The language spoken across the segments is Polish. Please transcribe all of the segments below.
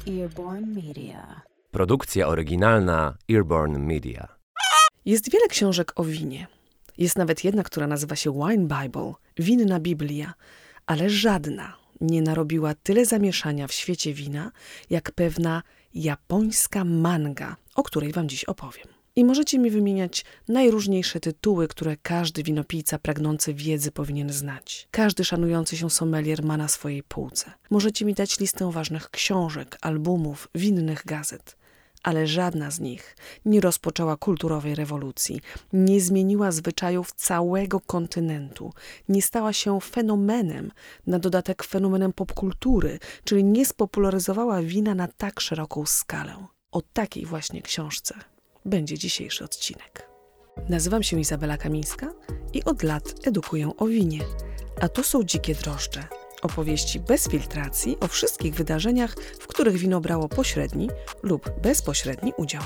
Earborn Media. Produkcja oryginalna Earborn Media. Jest wiele książek o winie. Jest nawet jedna, która nazywa się Wine Bible, winna Biblia, ale żadna nie narobiła tyle zamieszania w świecie wina, jak pewna japońska manga, o której wam dziś opowiem. I możecie mi wymieniać najróżniejsze tytuły, które każdy winopijca pragnący wiedzy powinien znać. Każdy szanujący się sommelier ma na swojej półce. Możecie mi dać listę ważnych książek, albumów, winnych gazet. Ale żadna z nich nie rozpoczęła kulturowej rewolucji, nie zmieniła zwyczajów całego kontynentu, nie stała się fenomenem, na dodatek fenomenem popkultury, czyli nie spopularyzowała wina na tak szeroką skalę. O takiej właśnie książce będzie dzisiejszy odcinek. Nazywam się Izabela Kamińska i od lat edukuję o winie, a to są Dzikie Drożdże. Opowieści bez filtracji o wszystkich wydarzeniach, w których wino brało pośredni lub bezpośredni udział.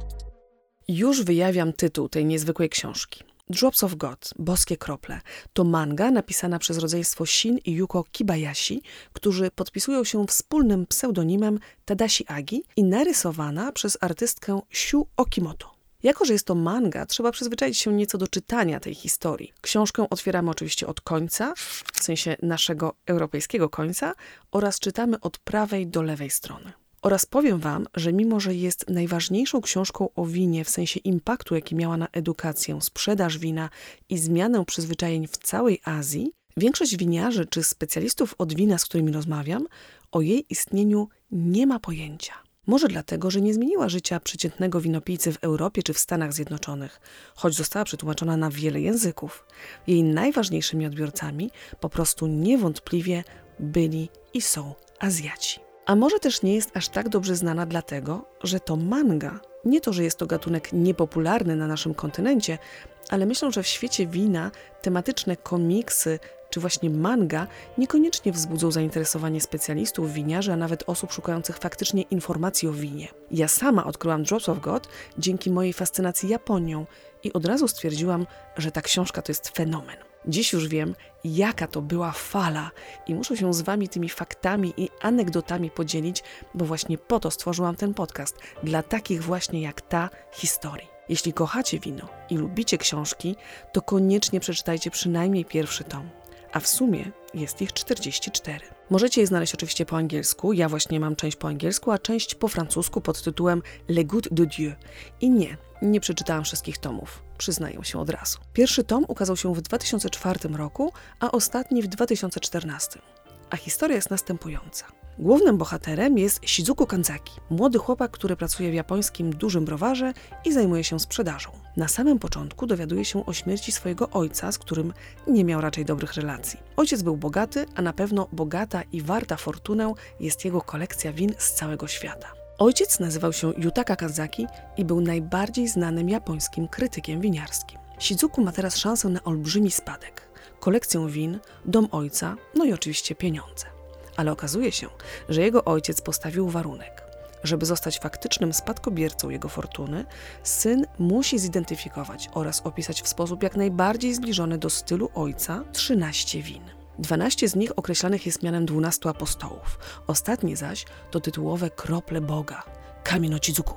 Już wyjawiam tytuł tej niezwykłej książki. Drops of God, Boskie krople, to manga napisana przez rodzeństwo Shin i Yuko Kibayashi, którzy podpisują się wspólnym pseudonimem Tadashi Agi i narysowana przez artystkę Shu Okimoto. Jako że jest to manga, trzeba przyzwyczaić się nieco do czytania tej historii. Książkę otwieramy oczywiście od końca, w sensie naszego europejskiego końca, oraz czytamy od prawej do lewej strony. Oraz powiem wam, że mimo, że jest najważniejszą książką o winie w sensie impaktu, jaki miała na edukację, sprzedaż wina i zmianę przyzwyczajeń w całej Azji, większość winiarzy czy specjalistów od wina, z którymi rozmawiam, o jej istnieniu nie ma pojęcia. Może dlatego, że nie zmieniła życia przeciętnego winopijcy w Europie czy w Stanach Zjednoczonych, choć została przetłumaczona na wiele języków. Jej najważniejszymi odbiorcami po prostu niewątpliwie byli i są Azjaci. A może też nie jest aż tak dobrze znana dlatego, że to manga. Nie to, że jest to gatunek niepopularny na naszym kontynencie, ale myślę, że w świecie wina tematyczne komiksy czy właśnie manga niekoniecznie wzbudzą zainteresowanie specjalistów, winiarzy, a nawet osób szukających faktycznie informacji o winie. Ja sama odkryłam Drops of God dzięki mojej fascynacji Japonią i od razu stwierdziłam, że ta książka to jest fenomen. Dziś już wiem, jaka to była fala i muszę się z wami tymi faktami i anegdotami podzielić, bo właśnie po to stworzyłam ten podcast, dla takich właśnie jak ta historii. Jeśli kochacie wino i lubicie książki, to koniecznie przeczytajcie przynajmniej pierwszy tom. A w sumie jest ich 44. Możecie je znaleźć oczywiście po angielsku, ja właśnie mam część po angielsku, a część po francusku pod tytułem Le Goût de Dieu. I nie przeczytałam wszystkich tomów, przyznaję się od razu. Pierwszy tom ukazał się w 2004 roku, a ostatni w 2014. A historia jest następująca. Głównym bohaterem jest Shizuku Kanzaki, młody chłopak, który pracuje w japońskim dużym browarze i zajmuje się sprzedażą. Na samym początku dowiaduje się o śmierci swojego ojca, z którym nie miał raczej dobrych relacji. Ojciec był bogaty, a na pewno bogata i warta fortunę jest jego kolekcja win z całego świata. Ojciec nazywał się Yutaka Kanzaki i był najbardziej znanym japońskim krytykiem winiarskim. Shizuku ma teraz szansę na olbrzymi spadek. Kolekcję win, dom ojca, no i oczywiście pieniądze. Ale okazuje się, że jego ojciec postawił warunek. Żeby zostać faktycznym spadkobiercą jego fortuny, syn musi zidentyfikować oraz opisać w sposób jak najbardziej zbliżony do stylu ojca 13 win. 12 z nich określanych jest mianem 12 apostołów. Ostatnie zaś to tytułowe krople Boga, Kami no Chizuku.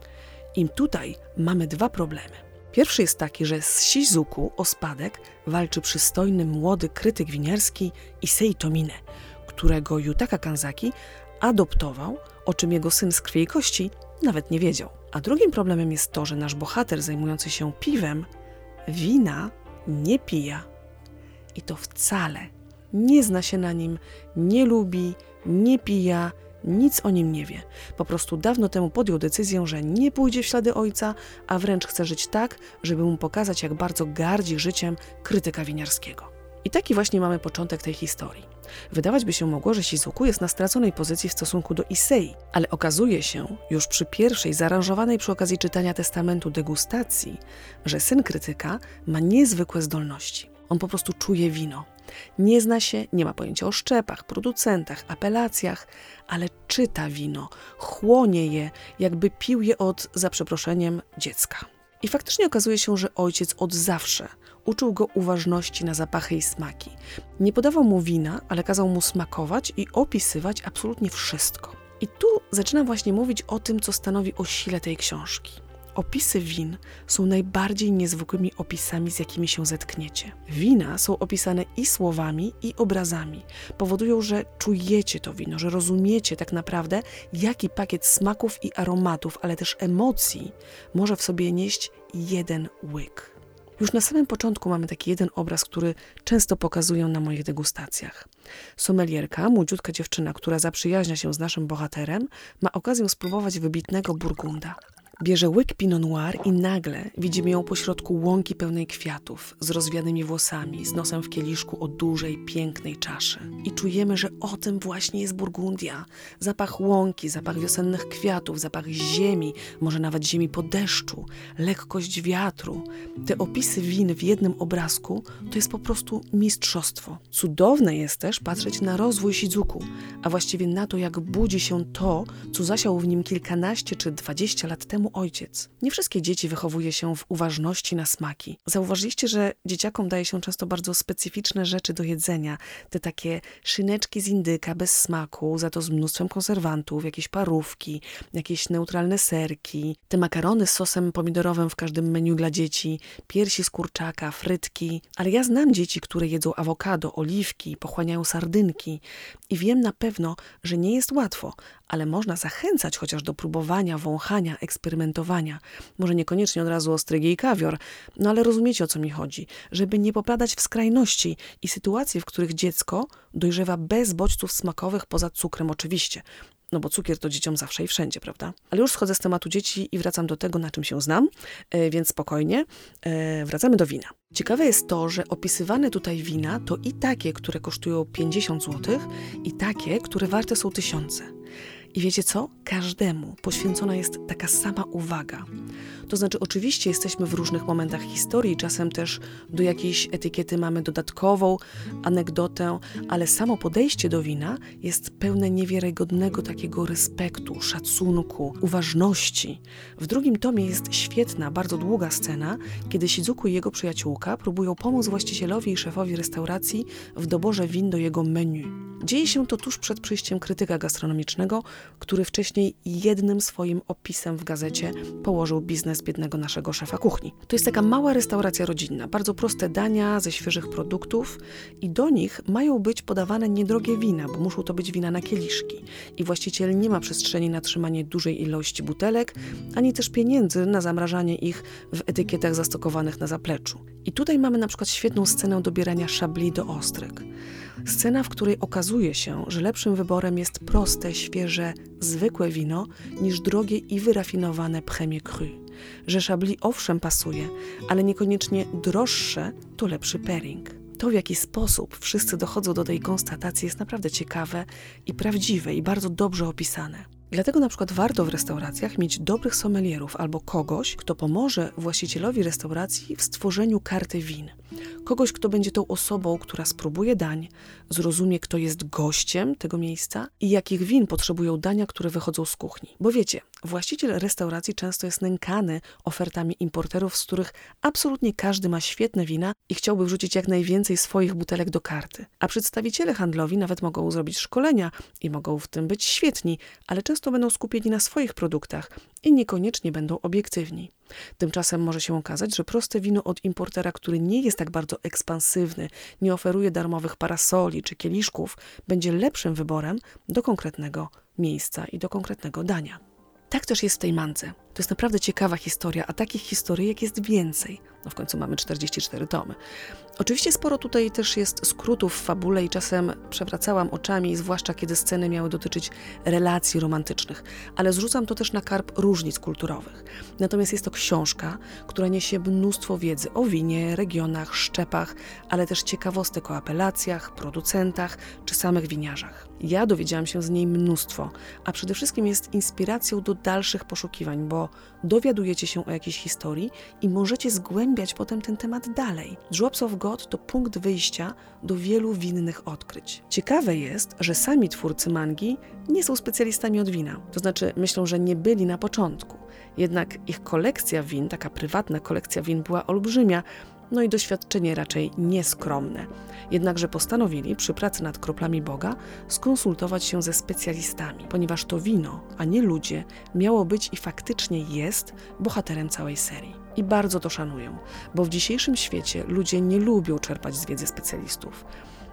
I tutaj mamy dwa problemy. Pierwszy jest taki, że z Shizuku o spadek walczy przystojny młody krytyk winiarski Issei Tomine, którego Yutaka Kanzaki adoptował, o czym jego syn z krwi i kości nawet nie wiedział. A drugim problemem jest to, że nasz bohater zajmujący się piwem wina nie pija. I to wcale nie zna się na nim, nie lubi, nie pija, nic o nim nie wie. Po prostu dawno temu podjął decyzję, że nie pójdzie w ślady ojca, a wręcz chce żyć tak, żeby mu pokazać, jak bardzo gardzi życiem krytyka winiarskiego. I taki właśnie mamy początek tej historii. Wydawać by się mogło, że Shizuku jest na straconej pozycji w stosunku do Issei, ale okazuje się, już przy pierwszej, zaaranżowanej przy okazji czytania testamentu degustacji, że syn krytyka ma niezwykłe zdolności. On po prostu czuje wino. Nie zna się, nie ma pojęcia o szczepach, producentach, apelacjach, ale czyta wino, chłonie je, jakby pił je od, za przeproszeniem, dziecka. I faktycznie okazuje się, że ojciec od zawsze uczył go uważności na zapachy i smaki. Nie podawał mu wina, ale kazał mu smakować i opisywać absolutnie wszystko. I tu zaczynam właśnie mówić o tym, co stanowi o sile tej książki. Opisy win są najbardziej niezwykłymi opisami, z jakimi się zetkniecie. Wina są opisane i słowami, i obrazami. Powodują, że czujecie to wino, że rozumiecie tak naprawdę, jaki pakiet smaków i aromatów, ale też emocji może w sobie nieść jeden łyk. Już na samym początku mamy taki jeden obraz, który często pokazuję na moich degustacjach. Sommelierka, młodziutka dziewczyna, która zaprzyjaźnia się z naszym bohaterem, ma okazję spróbować wybitnego Burgunda. Bierze łyk Pinot Noir i nagle widzimy ją pośrodku łąki pełnej kwiatów, z rozwianymi włosami, z nosem w kieliszku o dużej, pięknej czaszy. I czujemy, że o tym właśnie jest Burgundia. Zapach łąki, zapach wiosennych kwiatów, zapach ziemi, może nawet ziemi po deszczu, lekkość wiatru. Te opisy win w jednym obrazku to jest po prostu mistrzostwo. Cudowne jest też patrzeć na rozwój Shizuku, a właściwie na to, jak budzi się to, co zasiał w nim kilkanaście czy 20 lat temu ojciec. Nie wszystkie dzieci wychowuje się w uważności na smaki. Zauważyliście, że dzieciakom daje się często bardzo specyficzne rzeczy do jedzenia. Te takie szyneczki z indyka bez smaku, za to z mnóstwem konserwantów, jakieś parówki, jakieś neutralne serki, te makarony z sosem pomidorowym w każdym menu dla dzieci, piersi z kurczaka, frytki. Ale ja znam dzieci, które jedzą awokado, oliwki, pochłaniają sardynki i wiem na pewno, że nie jest łatwo, ale można zachęcać chociaż do próbowania, wąchania, eksperymentowania. Może niekoniecznie od razu ostrygi i kawior, no ale rozumiecie, o co mi chodzi. Żeby nie popadać w skrajności i sytuacje, w których dziecko dojrzewa bez bodźców smakowych poza cukrem oczywiście. No bo cukier to dzieciom zawsze i wszędzie, prawda? Ale już schodzę z tematu dzieci i wracam do tego, na czym się znam, więc spokojnie. Wracamy do wina. Ciekawe jest to, że opisywane tutaj wina to i takie, które kosztują 50 zł, i takie, które warte są 1000. I wiecie co? Każdemu poświęcona jest taka sama uwaga. To znaczy, oczywiście jesteśmy w różnych momentach historii, czasem też do jakiejś etykiety mamy dodatkową anegdotę, ale samo podejście do wina jest pełne niewiarygodnego takiego respektu, szacunku, uważności. W drugim tomie jest świetna, bardzo długa scena, kiedy Shizuku i jego przyjaciółka próbują pomóc właścicielowi i szefowi restauracji w doborze win do jego menu. Dzieje się to tuż przed przyjściem krytyka gastronomicznego, który wcześniej jednym swoim opisem w gazecie położył biznes biednego naszego szefa kuchni. To jest taka mała restauracja rodzinna, bardzo proste dania ze świeżych produktów i do nich mają być podawane niedrogie wina, bo muszą to być wina na kieliszki. I właściciel nie ma przestrzeni na trzymanie dużej ilości butelek, ani też pieniędzy na zamrażanie ich w etykietach zastokowanych na zapleczu. I tutaj mamy na przykład świetną scenę dobierania szabli do ostryg. Scena, w której okazuje się, że lepszym wyborem jest proste, świeże, zwykłe wino niż drogie i wyrafinowane Premier Cru. Że szabli owszem pasuje, ale niekoniecznie droższe to lepszy pairing. To, w jaki sposób wszyscy dochodzą do tej konstatacji, jest naprawdę ciekawe i prawdziwe i bardzo dobrze opisane. Dlatego na przykład warto w restauracjach mieć dobrych sommelierów albo kogoś, kto pomoże właścicielowi restauracji w stworzeniu karty win. Kogoś, kto będzie tą osobą, która spróbuje dań, zrozumie, kto jest gościem tego miejsca i jakich win potrzebują dania, które wychodzą z kuchni. Bo wiecie, właściciel restauracji często jest nękany ofertami importerów, z których absolutnie każdy ma świetne wina i chciałby wrzucić jak najwięcej swoich butelek do karty. A przedstawiciele handlowi nawet mogą zrobić szkolenia i mogą w tym być świetni, ale często będą skupieni na swoich produktach i niekoniecznie będą obiektywni. Tymczasem może się okazać, że proste wino od importera, który nie jest tak bardzo ekspansywny, nie oferuje darmowych parasoli czy kieliszków, będzie lepszym wyborem do konkretnego miejsca i do konkretnego dania. Tak też jest w tej mance. To jest naprawdę ciekawa historia, a takich historyjek jest więcej. No w końcu mamy 44 tomy. Oczywiście sporo tutaj też jest skrótów w fabule i czasem przewracałam oczami, zwłaszcza kiedy sceny miały dotyczyć relacji romantycznych, ale zrzucam to też na karb różnic kulturowych. Natomiast jest to książka, która niesie mnóstwo wiedzy o winie, regionach, szczepach, ale też ciekawostek o apelacjach, producentach czy samych winiarzach. Ja dowiedziałam się z niej mnóstwo, a przede wszystkim jest inspiracją do dalszych poszukiwań, bo dowiadujecie się o jakiejś historii i możecie zgłębiać potem ten temat dalej. Drops of God to punkt wyjścia do wielu winnych odkryć. Ciekawe jest, że sami twórcy mangi nie są specjalistami od wina. To znaczy myślą, że nie byli na początku. Jednak ich kolekcja win, taka prywatna kolekcja win była olbrzymia, no i doświadczenie raczej nieskromne. Jednakże postanowili przy pracy nad kroplami Boga skonsultować się ze specjalistami, ponieważ to wino, a nie ludzie, miało być i faktycznie jest bohaterem całej serii. I bardzo to szanuję, bo w dzisiejszym świecie ludzie nie lubią czerpać z wiedzy specjalistów.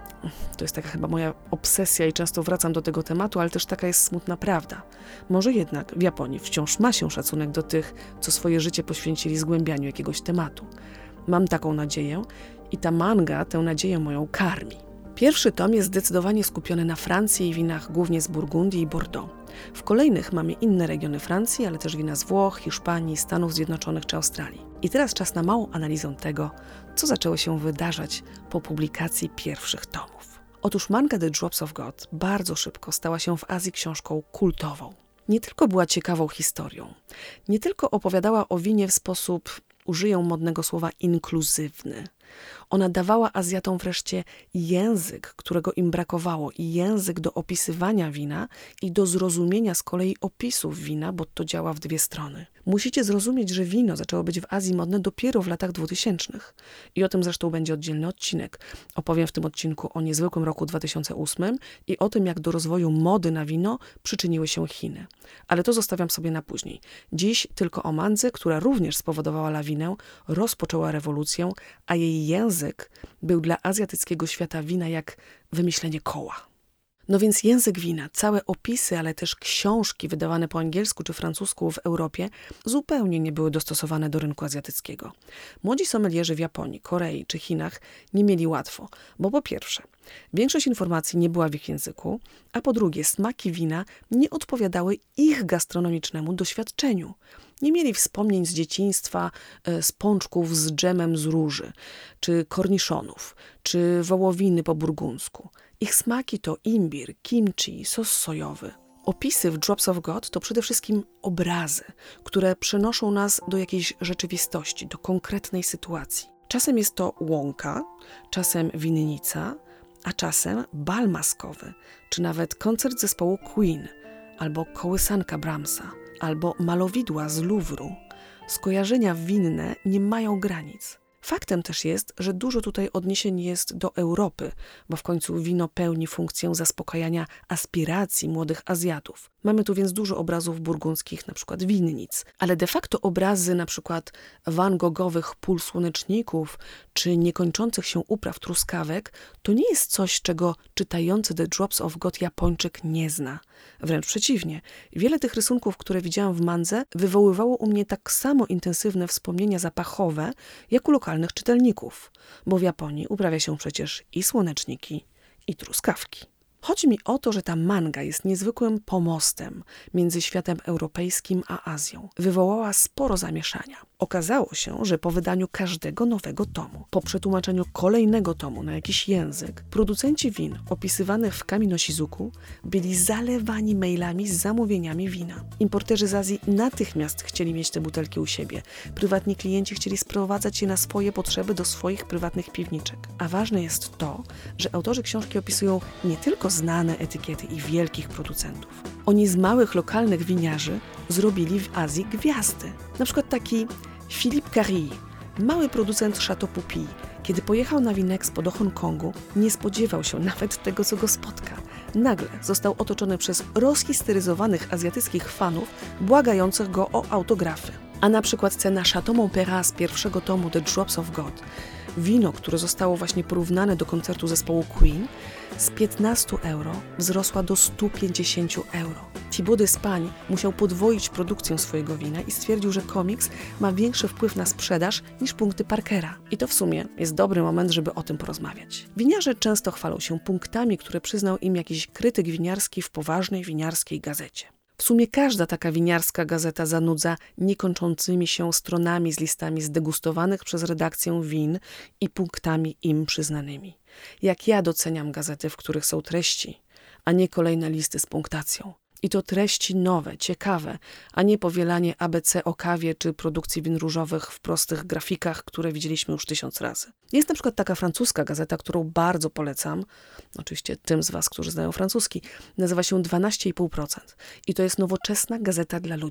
To jest taka chyba moja obsesja i często wracam do tego tematu, ale też taka jest smutna prawda. Może jednak w Japonii wciąż ma się szacunek do tych, co swoje życie poświęcili zgłębianiu jakiegoś tematu. Mam taką nadzieję i ta manga tę nadzieję moją karmi. Pierwszy tom jest zdecydowanie skupiony na Francji i winach głównie z Burgundii i Bordeaux. W kolejnych mamy inne regiony Francji, ale też wina z Włoch, Hiszpanii, Stanów Zjednoczonych czy Australii. I teraz czas na małą analizę tego, co zaczęło się wydarzać po publikacji pierwszych tomów. Otóż manga The Drops of God bardzo szybko stała się w Azji książką kultową. Nie tylko była ciekawą historią, nie tylko opowiadała o winie w sposób, użyję modnego słowa, inkluzywny. Ona dawała Azjatom wreszcie język, którego im brakowało, i język do opisywania wina i do zrozumienia z kolei opisów wina, bo to działa w dwie strony. Musicie zrozumieć, że wino zaczęło być w Azji modne dopiero w latach 2000. I o tym zresztą będzie oddzielny odcinek. Opowiem w tym odcinku o niezwykłym roku 2008 i o tym, jak do rozwoju mody na wino przyczyniły się Chiny. Ale to zostawiam sobie na później. Dziś tylko o mandze, która również spowodowała lawinę, rozpoczęła rewolucję, a jej język był dla azjatyckiego świata wina jak wymyślenie koła. No więc język wina, całe opisy, ale też książki wydawane po angielsku czy francusku w Europie zupełnie nie były dostosowane do rynku azjatyckiego. Młodzi sommelierzy w Japonii, Korei czy Chinach nie mieli łatwo, bo po pierwsze, większość informacji nie była w ich języku, a po drugie, smaki wina nie odpowiadały ich gastronomicznemu doświadczeniu. Nie mieli wspomnień z dzieciństwa, z pączków z dżemem z róży, czy korniszonów, czy wołowiny po burgundzku. Ich smaki to imbir, kimchi, sos sojowy. Opisy w Drops of God to przede wszystkim obrazy, które przenoszą nas do jakiejś rzeczywistości, do konkretnej sytuacji. Czasem jest to łąka, czasem winnica, a czasem bal maskowy, czy nawet koncert zespołu Queen, albo kołysanka Brahmsa, albo malowidła z Louvru. Skojarzenia winne nie mają granic. Faktem też jest, że dużo tutaj odniesień jest do Europy, bo w końcu wino pełni funkcję zaspokajania aspiracji młodych Azjatów. Mamy tu więc dużo obrazów burgundzkich, na przykład winnic, ale de facto obrazy na przykład Van Goghowych pól słoneczników czy niekończących się upraw truskawek to nie jest coś, czego czytający The Drops of God Japończyk nie zna. Wręcz przeciwnie, wiele tych rysunków, które widziałam w mandze, wywoływało u mnie tak samo intensywne wspomnienia zapachowe, jak u lokalnych czytelników, bo w Japonii uprawia się przecież i słoneczniki, i truskawki. Chodzi mi o to, że ta manga jest niezwykłym pomostem między światem europejskim a Azją. Wywołała sporo zamieszania. Okazało się, że po wydaniu każdego nowego tomu, po przetłumaczeniu kolejnego tomu na jakiś język, producenci win opisywanych w Kaminoshizuku byli zalewani mailami z zamówieniami wina. Importerzy z Azji natychmiast chcieli mieć te butelki u siebie. Prywatni klienci chcieli sprowadzać je na swoje potrzeby do swoich prywatnych piwniczek. A ważne jest to, że autorzy książki opisują nie tylko znane etykiety i wielkich producentów. Oni z małych, lokalnych winiarzy zrobili w Azji gwiazdy. Na przykład taki Philippe Carille, mały producent Chateau Pupi, kiedy pojechał na Winexpo do Hongkongu, nie spodziewał się nawet tego, co go spotka. Nagle został otoczony przez rozhisteryzowanych azjatyckich fanów, błagających go o autografy. A na przykład cena Chateau Montpellier z pierwszego tomu The Drops of God, wino, które zostało właśnie porównane do koncertu zespołu Queen, z 15 euro wzrosła do 150 euro. Thibaut d'Espagne musiał podwoić produkcję swojego wina i stwierdził, że komiks ma większy wpływ na sprzedaż niż punkty Parkera. I to w sumie jest dobry moment, żeby o tym porozmawiać. Winiarze często chwalą się punktami, które przyznał im jakiś krytyk winiarski w poważnej winiarskiej gazecie. W sumie każda taka winiarska gazeta zanudza niekończącymi się stronami z listami zdegustowanych przez redakcję win i punktami im przyznanymi. Jak ja doceniam gazety, w których są treści, a nie kolejne listy z punktacją. I to treści nowe, ciekawe, a nie powielanie ABC o kawie czy produkcji win różowych w prostych grafikach, które widzieliśmy już 1000 razy. Jest na przykład taka francuska gazeta, którą bardzo polecam, oczywiście tym z Was, którzy znają francuski, nazywa się 12,5%. I to jest nowoczesna gazeta dla ludzi.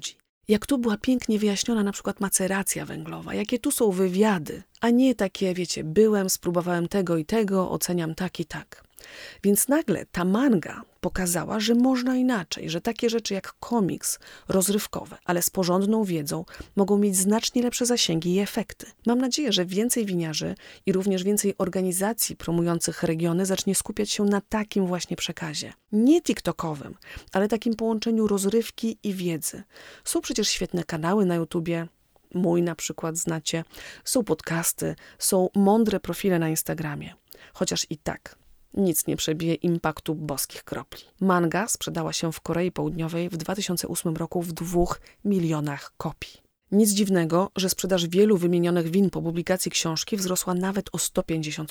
Jak tu była pięknie wyjaśniona na przykład maceracja węglowa, jakie tu są wywiady, a nie takie, wiecie, byłem, spróbowałem tego i tego, oceniam tak i tak. Więc nagle ta manga pokazała, że można inaczej, że takie rzeczy jak komiks rozrywkowe, ale z porządną wiedzą mogą mieć znacznie lepsze zasięgi i efekty. Mam nadzieję, że więcej winiarzy i również więcej organizacji promujących regiony zacznie skupiać się na takim właśnie przekazie. Nie TikTokowym, ale takim połączeniu rozrywki i wiedzy. Są przecież świetne kanały na YouTubie, mój na przykład znacie, są podcasty, są mądre profile na Instagramie. Chociaż i tak nic nie przebije impaktu boskich kropli. Manga sprzedała się w Korei Południowej w 2008 roku w 2 milionach kopii. Nic dziwnego, że sprzedaż wielu wymienionych win po publikacji książki wzrosła nawet o 150%.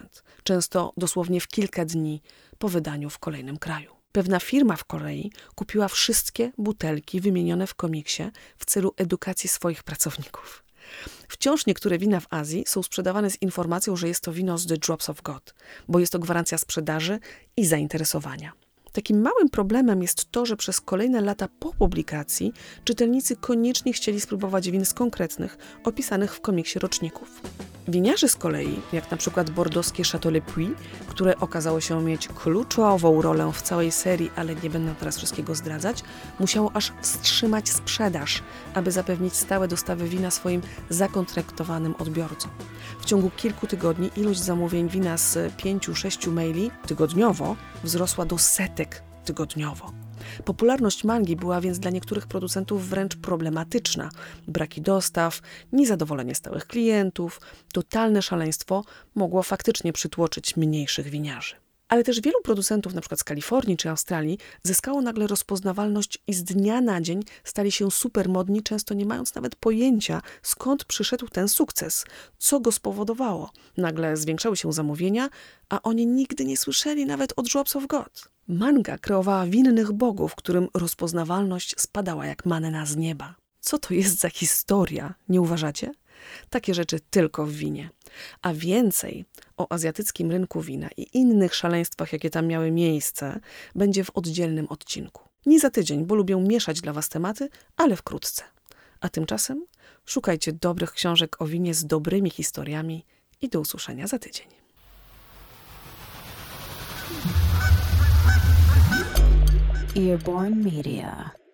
Często dosłownie w kilka dni po wydaniu w kolejnym kraju. Pewna firma w Korei kupiła wszystkie butelki wymienione w komiksie w celu edukacji swoich pracowników. Wciąż niektóre wina w Azji są sprzedawane z informacją, że jest to wino z The Drops of God, bo jest to gwarancja sprzedaży i zainteresowania. Takim małym problemem jest to, że przez kolejne lata po publikacji czytelnicy koniecznie chcieli spróbować win z konkretnych, opisanych w komiksie roczników. Winiarze z kolei, jak na przykład bordowskie Château Le Puy, które okazało się mieć kluczową rolę w całej serii, ale nie będę teraz wszystkiego zdradzać, musiało aż wstrzymać sprzedaż, aby zapewnić stałe dostawy wina swoim zakontraktowanym odbiorcom. W ciągu kilku tygodni ilość zamówień wina z 5-6 maili tygodniowo wzrosła do setek tygodniowo. Popularność mangi była więc dla niektórych producentów wręcz problematyczna. Braki dostaw, niezadowolenie stałych klientów, totalne szaleństwo mogło faktycznie przytłoczyć mniejszych winiarzy. Ale też wielu producentów, np. z Kalifornii czy Australii, zyskało nagle rozpoznawalność i z dnia na dzień stali się supermodni, często nie mając nawet pojęcia, skąd przyszedł ten sukces, co go spowodowało. Nagle zwiększały się zamówienia, a oni nigdy nie słyszeli nawet o Drops of God. Manga kreowała winnych bogów, którym rozpoznawalność spadała jak manna z nieba. Co to jest za historia, nie uważacie? Takie rzeczy tylko w winie. A więcej o azjatyckim rynku wina i innych szaleństwach, jakie tam miały miejsce, będzie w oddzielnym odcinku. Nie za tydzień, bo lubię mieszać dla was tematy, ale wkrótce. A tymczasem szukajcie dobrych książek o winie z dobrymi historiami i do usłyszenia za tydzień. Earborn Media.